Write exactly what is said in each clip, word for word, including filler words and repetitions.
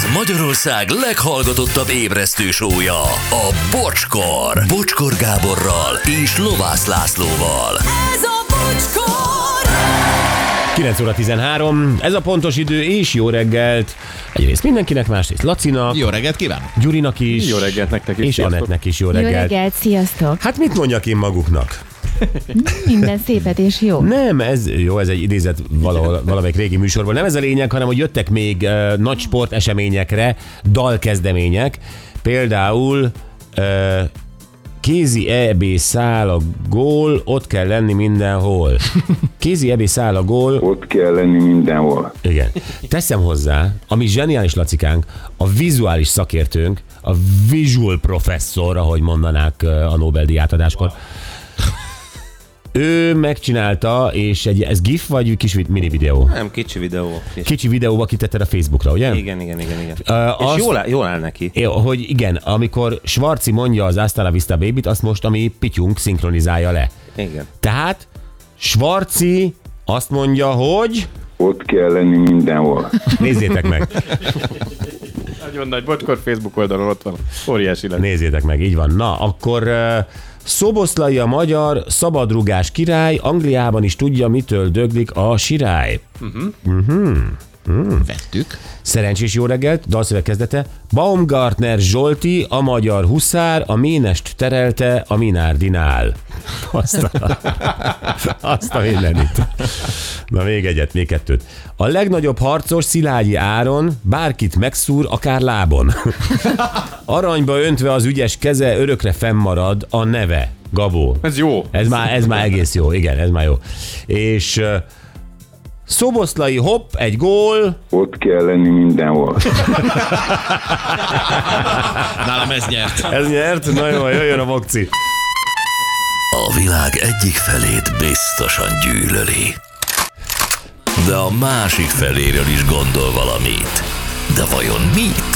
Ez Magyarország leghallgatottabb ébresztő show-ja, a Bocskor. Bocskor Gáborral és Lovász Lászlóval. Ez a Bocskor! kilenc óra tizenhárom, ez a pontos idő, és jó reggelt. Egyrészt mindenkinek, másrészt Lacinak. Jó reggelt kívánok! Gyurinak is. Jó reggelt nektek is. És Anettnek is jó reggelt. Jó reggelt, sziasztok! Hát mit mondjak én maguknak? Minden szépet és jó. Nem, ez jó, ez egy idézet valahol, valamelyik régi műsorból. Nem ez a lényeg, hanem hogy jöttek még uh, nagy sporteseményekre dalkezdemények. Például uh, kézi é bé száll a gól, ott kell lenni mindenhol. Kézi é bé száll a gól. Ott kell lenni mindenhol. Igen. Teszem hozzá, ami zseniális Lacikánk, a vizuális szakértőnk, a visual professzor, ahogy mondanák a Nobel-díj átadáskor. Ő megcsinálta, és egy, ez gif vagy kis mini videó? Nem, kicsi videó. Kicsi, kicsi videóba kitetted a Facebookra, ugye? Igen, igen, igen. igen. Uh, és azt, jól, áll, jól áll neki. Hogy igen, amikor Schwarzi mondja az Hasta la Vista Babyt, azt most a mi pityunk szinkronizálja le. Igen. Tehát Schwarzi azt mondja, hogy... Ott kell lenni mindenhol. Nézzétek meg. Nagyon nagy Bocskor Facebook oldalon ott van. Óriási lesz. Nézzétek meg, így van. Na, akkor... Uh, Szoboszlai a magyar szabadrugás király, Angliában is tudja, mitől döglik a sirály. Uh-huh. Uh-huh. Uh-huh. Vettük. Szerencsés jó reggelt, dalszöveg kezdete. Baumgartner Zsolti, a magyar huszár, a ménest terelte a Minárdinál. Azt a, azt a mindenit. Na még egyet, még kettőt. A legnagyobb harcos Szilágyi Áron bárkit megszúr, akár lábon. Aranyba öntve az ügyes keze, örökre fennmarad a neve. Gabó. Ez jó. Ez már, ez már egész jó, igen, ez már jó. És... Uh, Szoboszlai hopp, egy gól. Ott kell lenni mindenhol. Nálam ez nyert. Ez nyert? Na jó, jöjjön a vokci. A világ egyik felét biztosan gyűlöli, de a másik feléről is gondol valamit. De vajon mit?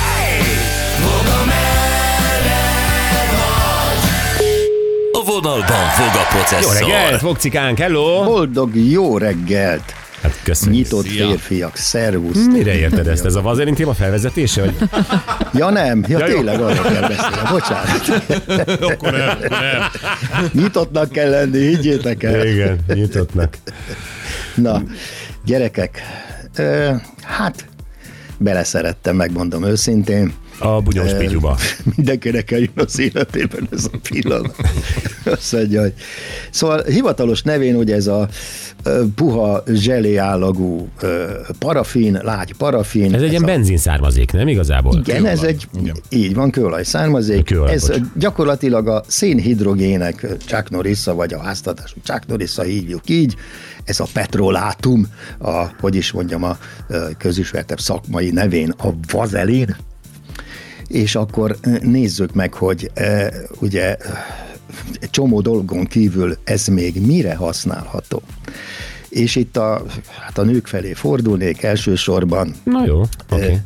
A vonalban fog a processzor. Jó reggelt, vokcikánk, hello! Boldog jó reggelt! Hát köszönjük. Nyitott Szia. Férfiak, szervusz! Mire érted ezt? Ez a vazelin téma felvezetése? Vagy? Ja nem, ja, Ja, jó. tényleg arra kell beszélni, bocsánat. Akkor nem, akkor nem. Nyitottnak kell lenni, higgyétek el. Igen, nyitottnak. Na, gyerekek, ö, hát beleszerettem, megmondom őszintén. A bunyós pityuba. Mindenkinek eljön az életében ez a pillanat. Azt mondja, hogy... Szóval hivatalos nevén ugye ez a ö, puha zselé állagú ö, parafin, lágy parafin. Ez egy ilyen a... benzinszármazék, nem igazából? Igen, Kőolaj. ez egy, Igen. így van, kőolaj származék. Kőolaj, ez bocs. gyakorlatilag a szénhidrogének Chuck Norris-a, vagy a háztartású Chuck Norris-a hívjuk így. Ez a petrolátum, a, hogy is mondjam, a közismertebb szakmai nevén a vazelin. És akkor nézzük meg, hogy e, ugye egy csomó dolgon kívül ez még mire használható. És itt a, hát a nők felé fordulnék elsősorban. Na jó, oké. Okay.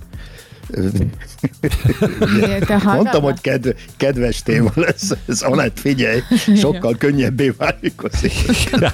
Mondtam, hogy kedv, kedves téma lesz, ez Anett, figyelj, sokkal könnyebbé válik az élet.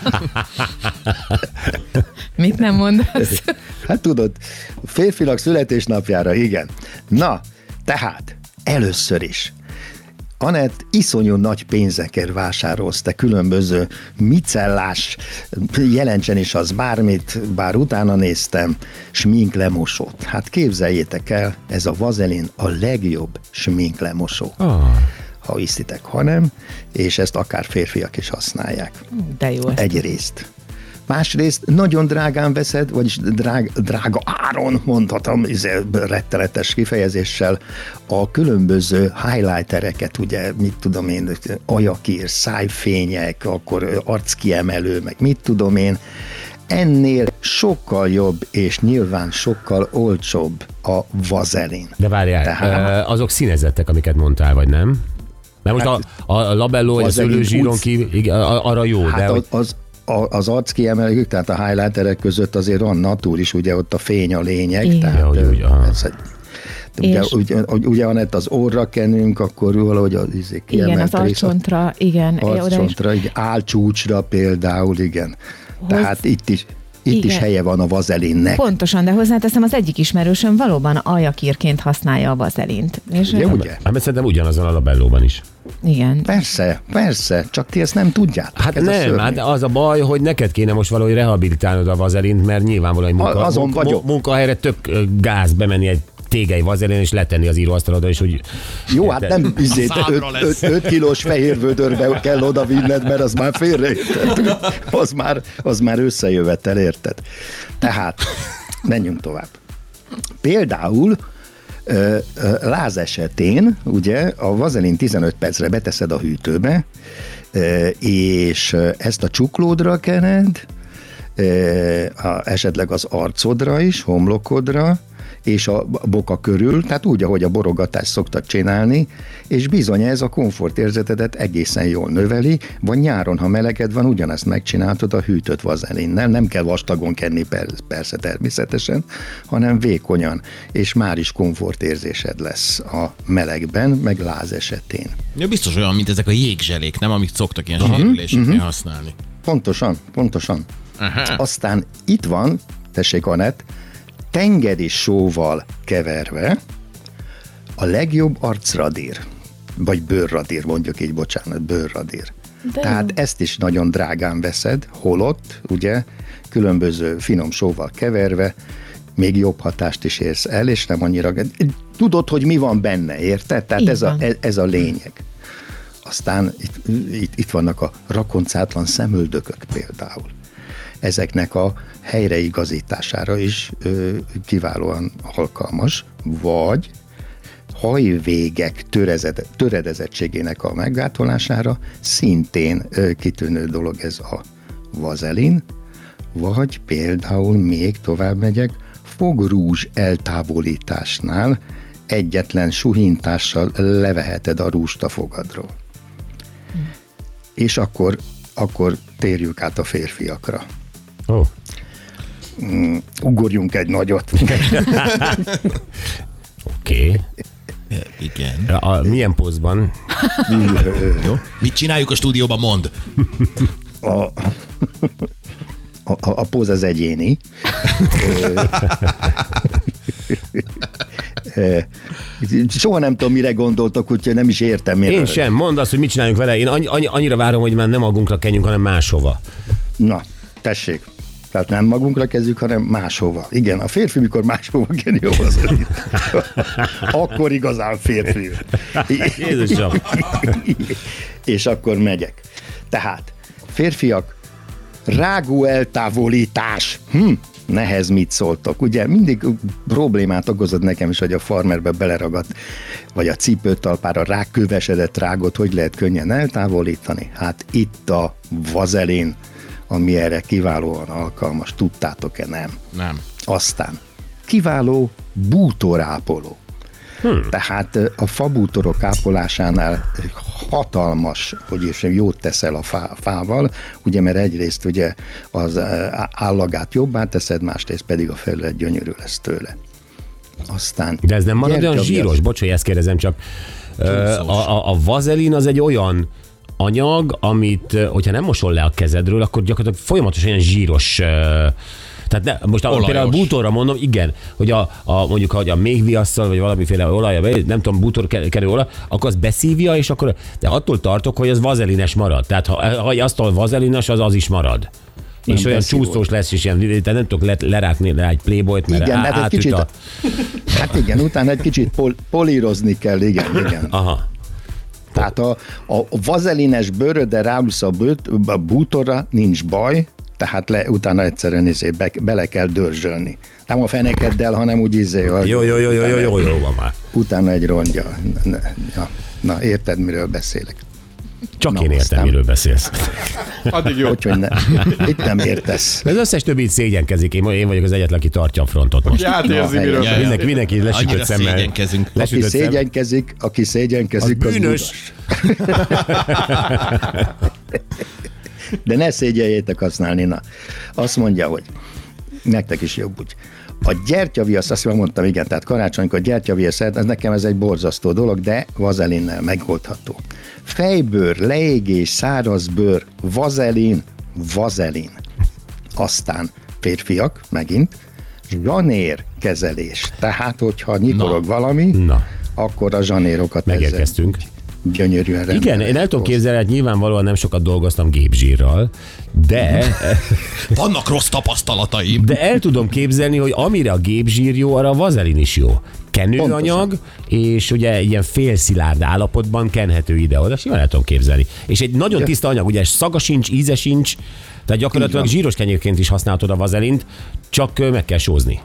Mit nem mondasz? Hát tudod, férfinak születésnapjára, igen. Na, tehát először is Anett iszonyú nagy pénzekért vásárolsz te különböző micellás, jelentsen is az bármit, bár utána néztem, sminklemosót. Hát képzeljétek el, ez a vazelin a legjobb sminklemosó. Ah. Ha hiszitek, ha nem, és ezt akár férfiak is használják. De jó. Egyrészt. Másrészt nagyon drágán veszed, vagyis drág, drága áron mondhatom, rettenetes kifejezéssel a különböző highlightereket, ugye, mit tudom én, ajakír, szájfények, akkor arckiemelő, meg mit tudom én. Ennél sokkal jobb, és nyilván sokkal olcsóbb a vazelin. De várjál, Tehát... azok színezettek, amiket mondtál, vagy nem? Mert most hát, a, a labelló, vagy a szőlőzsíron kívül, arra jó, hát de... Az, hogy... az, az arckiemelők, tehát a highlighterek között azért van natúr is, ugye ott a fény a lényeg. Igen. Tehát, Ja, úgy, úgy, ez egy, ugye, ugye, ugye Anett, az orra kenünk, akkor valahogy az izé, igen, az arccsontra, igen. Arccsontra, így álcsúcsra például, igen. Hoz... Tehát itt is, Itt Igen. is helye van a vazelinnek. Pontosan, de hozzáteszem, az egyik ismerősöm valóban ajakírként használja a vazelint. És Ugye, ugye? Hát szerintem ugyanazon a labellóban is. igen. Persze, persze, csak ti ezt nem tudjátok. Hát Ez a nem, szörnyű. hát az a baj, hogy neked kéne most valahogy rehabilitálnod a vazelint, mert nyilvánvalóan egy munka, Azon munka, vagyok. munkahelyre több ö, gáz bemenni egy tégely vazelin, és letenni az íróasztalodra, és úgy... Jó, hát nem számra lesz. öt kilós fehér vödörbe kell oda vinned, mert az már félreérted. Az már, az már összejövetel, érted? Tehát, menjünk tovább. Például ö, ö, láz esetén, ugye, a vazelin tizenöt percre beteszed a hűtőbe, ö, és ezt a csuklódra kened, ö, a, esetleg az arcodra is, homlokodra, és a boka körül, tehát úgy, ahogy a borogatást szoktak csinálni, és bizony ez a komfortérzetedet egészen jól növeli, vagy nyáron, ha meleged van, ugyanezt megcsináltad a hűtött vazelinnel, nem kell vastagon kenni persze természetesen, hanem vékonyan, és már is komfortérzésed lesz a melegben, meg láz esetén. Ja, biztos olyan, mint ezek a jégzselék, nem? Amit szoktak ilyen sérüléseknél uh-huh. használni. Pontosan, pontosan. Aha. Aztán itt van, tessék Anett, tengeri sóval keverve a legjobb arcradír, vagy bőrradír, mondjuk így, bocsánat, bőrradír. De Tehát jó. ezt is nagyon drágán veszed, holott, ugye, különböző finom sóval keverve, még jobb hatást is érsz el, és nem annyira... Tudod, hogy mi van benne, érted? Tehát Így ez a, van. ez a lényeg. Aztán itt, itt, itt vannak a rakoncátlan szemöldökök például. Ezeknek a helyreigazítására is ö, kiválóan alkalmas, vagy hajvégek törezed, töredezettségének a meggátolására szintén ö, kitűnő dolog ez a vazelin, vagy például még tovább megyek, fogrúzs eltávolításnál egyetlen suhintással leveheted a rúst a fogadról. Hm. És akkor, akkor térjük át a férfiakra. Oh. Mm, ugorjunk egy nagyot. Oké. Igen. Okay. A, milyen pózban? Jó. Mit csináljuk a stúdióban, mond? A, a, a, a póz az egyéni. Soha nem tudom, mire gondoltok, úgyhogy nem is értem. Én sem. Mondd azt, hogy mit csináljunk vele. Én annyi, annyi, annyira várom, hogy már nem magunkra kenjünk, hanem máshova. Na, tessék. Tehát nem magunkra kezdjük, hanem máshova. Igen, a férfi, mikor máshova kenni a vazelint, akkor igazán férfi. Jézusom. És akkor megyek. Tehát, férfiak, rágó eltávolítás. Hm, nehez mit szóltok? Ugye mindig problémát okozott nekem is, hogy a farmerbe beleragadt, vagy a cipőtalpára rákövesedett rágot, hogy lehet könnyen eltávolítani? Hát itt a vazelin, ami erre kiválóan alkalmas. Tudtátok-e? Nem. Nem. Aztán kiváló bútorápoló. Hmm. Tehát a fabútorok ápolásánál hatalmas, hogy is jót teszel a fá, fával, ugye, mert egyrészt ugye az állagát jobbá teszed, másrészt pedig a felület gyönyörű lesz tőle. Aztán De ez nem marad olyan gyertyaviasz- zsíros? Bocs, hogy ezt kérdezem, csak ö, a, a, a vazelin az egy olyan anyag, amit, hogyha nem mosol le a kezedről, akkor gyakorlatilag folyamatosan olyan zsíros. ö, Tehát ne, most a, például a bútorra mondom, igen, hogy a, a mondjuk hogy a méhviasszal, vagy valamiféle olajja, nem tudom, bútorkerül olaj, akkor az beszívja, és akkor, de attól tartok, hogy az vazelines marad. Tehát ha, ha azt a vazelines, az az is marad. Nem és olyan beszívó. csúszós lesz, és ilyen, tehát nem tudok le, lerákni rá egy Playboyt, mert Igen, á, mert egy átüt kicsit, a... hát igen, utána egy kicsit pol, polírozni kell, igen, igen. Aha. Tehát a, a vazelines bőröddel ráülsz a, bőt, a bútorra, nincs baj, tehát le, utána egyszerűen izé be, bele kell dörzsölni. Nem a fenekeddel, hanem úgy izé. Jó, jó, jó, jó, jó, jó, jó van már. Utána egy rongya. Na, na, na, érted, miről beszélek? Csak Na, én értem, aztán- miről beszélsz. Addig jó. Hogy, hogy ne, itt nem értesz. Az összes többi itt szégyenkezik, én, én vagyok az egyetlen, aki tartja a frontot most. Ja, hát érzi, Na, miről ja, ja. Mindenki, mindenki lesütött Annyira szemmel. szégyenkezünk. Aki Lesütött szemmel. szégyenkezik, aki szégyenkezik, Az bűnös. budas. De ne szégyeljétek használni, na. Azt mondja, hogy nektek is jobb úgy. A gyertyaviasz, azt már mondtam, igen, tehát karácsonykor gyertyaviasz, ez nekem ez egy borzasztó dolog, de vazelinnel megoldható. Fejbőr, leégés, száraz bőr, vazelin, vazelin. Aztán férfiak, megint, zsanér kezelés. Tehát, hogyha nyikorog Na. valami, Na. akkor a zsanérokat megérkeztünk. Gyönyörűen Igen, rendelek. én el tudom képzelni, hogy nyilvánvalóan nem sokat dolgoztam gépzsírral, de, Vannak rossz tapasztalataim. de el tudom képzelni, hogy amire a gépzsír jó, arra a vazelin is jó. Kenőanyag, és ugye ilyen félszilárd állapotban kenhető ide-oda, simán el tudom képzelni. És egy nagyon tiszta anyag, ugye szaga sincs, íze sincs, tehát gyakorlatilag zsíros kenyérként is használhatod a vazelint, csak meg kell sózni.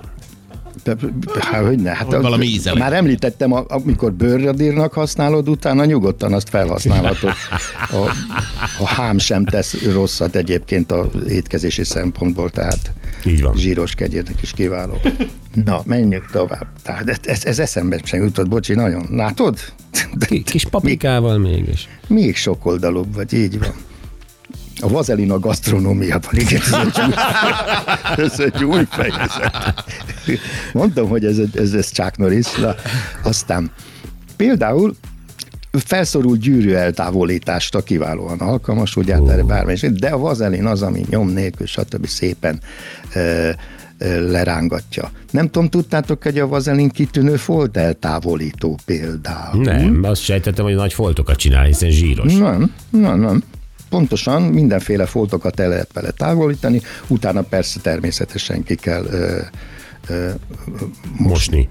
Hát, hogy ne, hát Hogy valami íze már említettem, amikor bőrradírnak használod, utána nyugodtan azt felhasználhatod. A, a hám sem tesz rosszat egyébként az étkezési szempontból, tehát Így van. zsíros kegyérnek is kiváló. Na, menjünk tovább. Tehát ez, ez eszembe sem jutott, bocsi, nagyon. Látod? Kis paprikával mégis. Még sokoldalúbb vagy, így van. A vazelin a gasztronómiában, igen, ez egy új, ez egy új fejezet. Mondtam, hogy ez, ez, ez Chuck Norris. Na, aztán például felszorult gyűrű eltávolításra kiválóan alkalmas, ugye hát erre bármi, de a vazelin az, ami nyom nélkül, stb. Szépen ö, ö, lerángatja. Nem tudom, tudtátok, hogy a vazelin kitűnő folt eltávolító például? Nem, azt sejtettem, hogy nagy foltokat csinál, hiszen zsíros. Nem, nem, nem. Pontosan mindenféle foltokat el lehet vele távolítani, utána persze természetesen ki kell ö, ö, Mosni.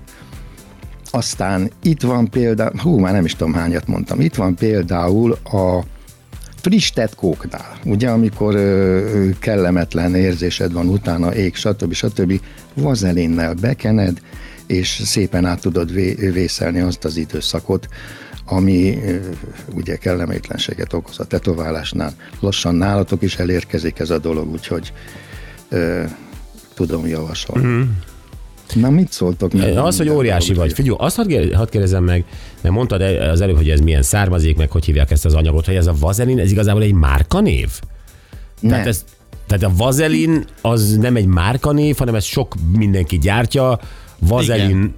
Aztán itt van például, hú, már nem is tudom hányat mondtam, itt van például a friss tetkóknál, ugye, amikor ö, kellemetlen érzésed van, utána ég, stb. stb. Vazelinnel bekened, és szépen át tudod vé- vészelni azt az időszakot, ami ö, ugye kellemetlenséget okoz a tetoválásnál. Lassan nálatok is elérkezik ez a dolog, úgyhogy ö, tudom javasolni. Mm. Na, mit szóltok? Meg Az, hogy óriási vagy. Figyelj, azt hadd hadd kérdezzem meg, mert mondtad az előbb, hogy ez milyen származék, meg hogy hívják ezt az anyagot, hogy ez a vazelin, ez igazából egy márkanév? Nem. Tehát, ez, tehát a vazelin az nem egy márkanév, hanem ez sok mindenki gyártja, vazelin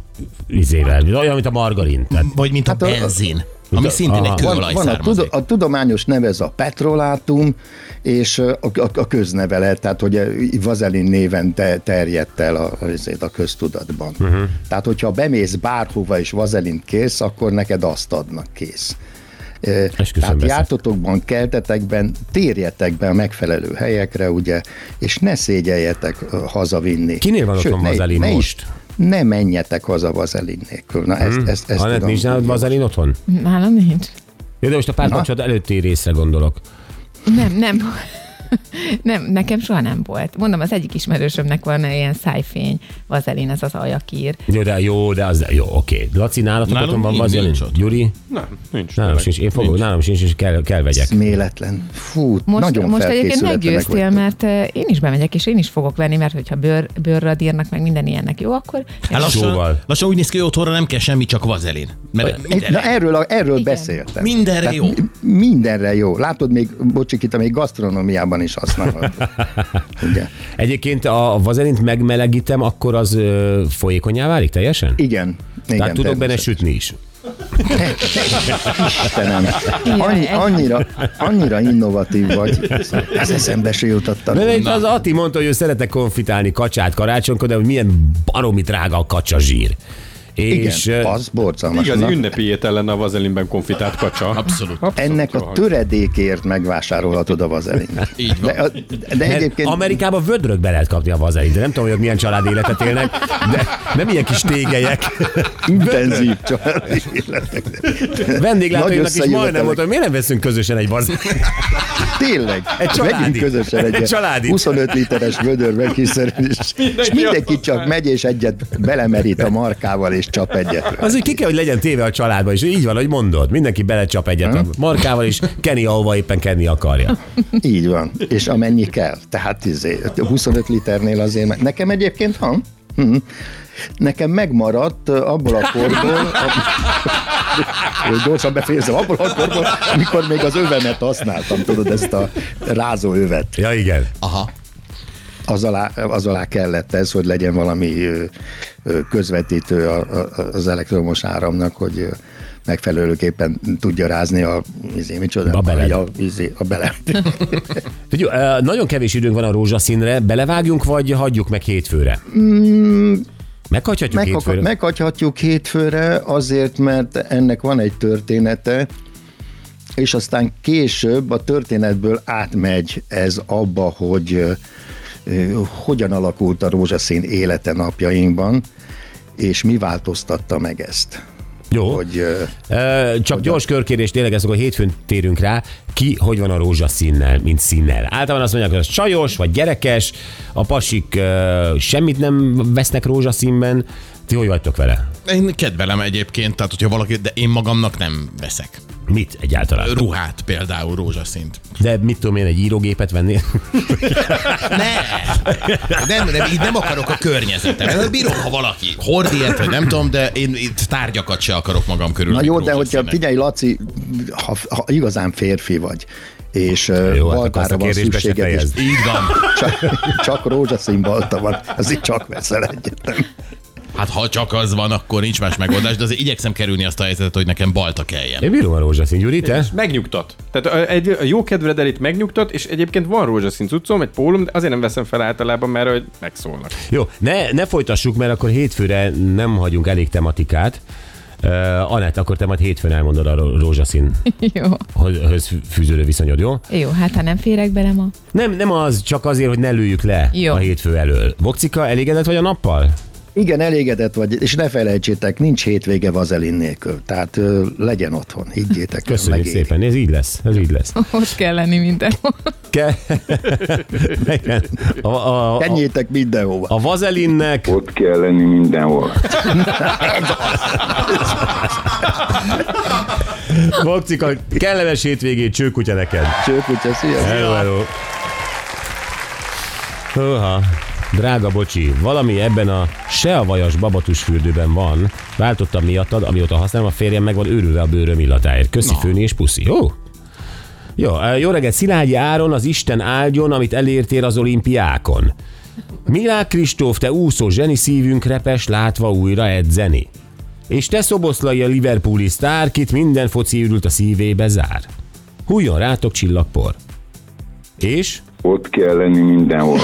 izével, olyan, mint a margarin. Tehát, Vagy mint a Hát a- benzin, ami szintén egy Van, kőolaj van a, tudo, származék. a tudományos neve ez a petrolátum, és a, a, a közneve, tehát hogy a vazelin néven te, terjedt el a, a köztudatban. Uh-huh. Tehát, hogyha bemész bárhova és vazelint kérsz, akkor neked azt adnak, kész. Tehát beszélt. jártotokban, keltetekben, térjetek be a megfelelő helyekre, ugye, és ne szégyeljetek hazavinni. Kinél van otthon ne- vazelin ne is- most? Ne menjetek haza vazelin nélkül. Na, ezt, ezt, ezt Anett, tudom. nincs nálad vazelin otthon? Nálam nincs. Jó, de most a párkapcsolat előtti részre gondolok. Nem, nem. Nem, nekem soha nem volt. Mondom, az egyik ismerősömnek van ilyen szájfény, vazelin, ez az ajakír. Jó, de jó, de az, jó, oké. Laci, nálatok Nálunk otthon van nincs, vazelin? nincs ott. Gyuri? Nem, nincs. Nálam tényleg. sincs, én fogok, Nincs. nálam sincs, és kell, kell vegyek. Eszméletlen. Fú, Most, nagyon most egyébként felkészületlenek meggyőztél, vagytok. mert eh, én is bemegyek, és én is fogok venni, mert hogyha bőr, bőrrad írnak, meg minden ilyennek jó, akkor... Hát lassan, Sóval. lassan úgy néz ki, hogy otthonra nem kell semmi, csak vazelin. Mert Na, mindenre, erről, a- erről Igen. beszéltem. mindenre Tehát jó. mi- Mindenre jó. Látod, még, bocsikita, még gasztronómiában is használható. Ugye? Egyébként a vazelint megmelegítem, akkor az ö, folyékonyá válik teljesen? Igen. Igen, Tehát tudok benne természetesen. sütni is. Istenem, annyi, annyira, annyira innovatív vagy, ez eszembe se jutottam. De itt az Ati mondta, hogy ő szeretek konfitálni kacsát karácsonykor, de hogy milyen baromi drága a kacsa zsír. És Igen, ö, az borzalmas. Igazi Na, ünnepi étel lenne a vazelinben konfitált kacsa. Abszolút. ennek a rohadt. töredékért megvásárolhatod a vazelint. Így van. De, a- de mert egyébként... Amerikában vödröt be lehet kapni a vazelint, de nem tudom, hogy ők milyen család életet élnek, de nem ilyen kis tégelyek. Intenzív családi életek. Vendéglátóinak Nagy is majdnem összejövetelek. mondta, hogy miért nem veszünk közösen egy vazelint. Tényleg. Egy családi. Vegyünk közösen Egy egy családi. huszonöt literes vödör meghiszerül, és, és mindenki csak megy, és egyet belemerít a markával, és csap egyet. Az, hogy ki kell, hogy legyen téve a családban, és így van, hogy mondod, mindenki belecsap egyet a markával, és Kenny ahova éppen kenni akarja. Így van. És amennyi kell. Tehát izé, huszonöt liternél azért, meg- nekem egyébként van. Hm. Nekem megmaradt abból a korból, a, gyorsan befejezem, abból a korból, amikor még az övemet használtam, tudod, ezt a rázó övet. Ja, igen. Aha. az alá, az alá kellett ez, hogy legyen valami ö, ö, közvetítő a, a, az elektromos áramnak, hogy ö, megfelelőképpen tudja rázni a, izé, micsoda, A beled. a, izé, a beled. Figyelj, ö, nagyon kevés időnk van a rózsaszínre, belevágjunk, vagy hagyjuk meg hétfőre? Mm, Meghagyhatjuk Meg, hétfőre? meghagyhatjuk hétfőre azért, mert ennek van egy története, és aztán később a történetből átmegy ez abba, hogy ö, ö, hogyan alakult a rózsaszín élete napjainkban, és mi változtatta meg ezt. Jó. Hogy, ö, Ö, csak gyors körkérdés, tényleg ez, akkor hétfőn térünk rá, ki hogy van a rózsaszínnel, mint színnel. Általában azt mondják, hogy az csajos, vagy gyerekes, a pasik ö, semmit nem vesznek rózsaszínben. Ti hogy vagytok vele? Én kedvelem egyébként, tehát hogyha valaki, de én magamnak nem veszek. Mit egyáltalán? Ruhát például, rózsaszínt. De mit tudom én, egy írógépet vennél? Ne! Nem, nem, így nem akarok a környezetem. Bírom, ha valaki hord ilyet, vagy nem tudom, de én itt tárgyakat se akarok magam körül. na amik jó, de hogyha rózsaszínek. figyelj, Laci, ha, ha igazán férfi vagy, és ö, Jó, hát akkor azt a baltára van kérdést be se szükséged, és fejezd. Így van. csak, csak rózsaszín balta van, azért csak veszel egyet. Nem? Hát ha csak az van, akkor nincs más megoldás, de azért igyekszem kerülni azt a helyzetet, hogy nekem balta kelljen. Én bírom a rózsaszín, Gyuri, te? Megnyugtat. Tehát a, egy, a jó kedved elit megnyugtat, és egyébként van rózsaszín cuccom, egy pólum, de azért nem veszem fel általában, mert hogy megszólnak. Jó, ne, ne folytassuk, mert akkor hétfőre nem hagyunk elég tematikát. Uh, Anett, akkor te majd hétfőn elmondod a ró- rózsaszín Jó. höz fűződő viszonyod, jó? Jó, hát ha nem férek bele ma. Nem, nem az, csak azért, hogy ne lőjük le Jó. a hétfő elől. Vokcika, elégedett vagy a nappal? Igen, elégedett vagy, és ne felejtsétek, nincs hétvége vazelin nélkül, tehát ö, legyen otthon, higgyétek. el, Köszönjük megéri. szépen, ez így lesz, ez így lesz. Ott kell lenni mindenhol. Ke- Igen. a, a, a, Kenjétek mindenhova. a vazelinnek Ott kell lenni mindenhol. Vokcika, kellemes hétvégét, csőkutya neked. Csőkutya, sziasztok! Hello, hello. Húha, drága bocsi, valami ebben a se a vajas babatus fürdőben van. Váltottam miattad, amióta használom, a férjem meg van őrülve a bőröm illatáért. Köszi, Na. főni és puszi. Jó? Jó, jó reggelt, Szilágyi Áron, az Isten áldjon, amit elértél az olimpiákon. Milák Kristóf, te úszó zseni, szívünk repes, látva újra edzeni. És te Szoboszlai, a liverpooli sztár, kit minden foci ürült a szívébe zár. Hújjon rátok csillagpor. És? Ott kell lenni mindenhol.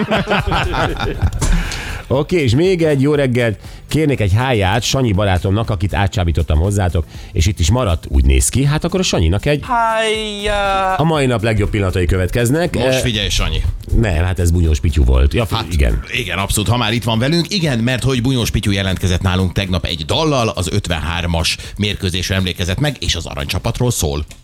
Oké, és még egy jó reggelt, kérnék egy háját Sanyi barátomnak, akit átcsábítottam hozzátok, és itt is maradt, úgy néz ki, hát akkor a Sanyinak egy... Hájjá! A mai nap legjobb pillanatai következnek. Most Eh, figyelj, Sanyi. Nem, hát ez Bunyós Pityu volt. Ja, Hát, igen. Igen, abszolút, ha már itt van velünk. Igen, mert hogy Bunyós Pityu jelentkezett nálunk tegnap egy dallal, az ötvenhármas mérkőzésre emlékezett meg, és az aranycsapatról szól.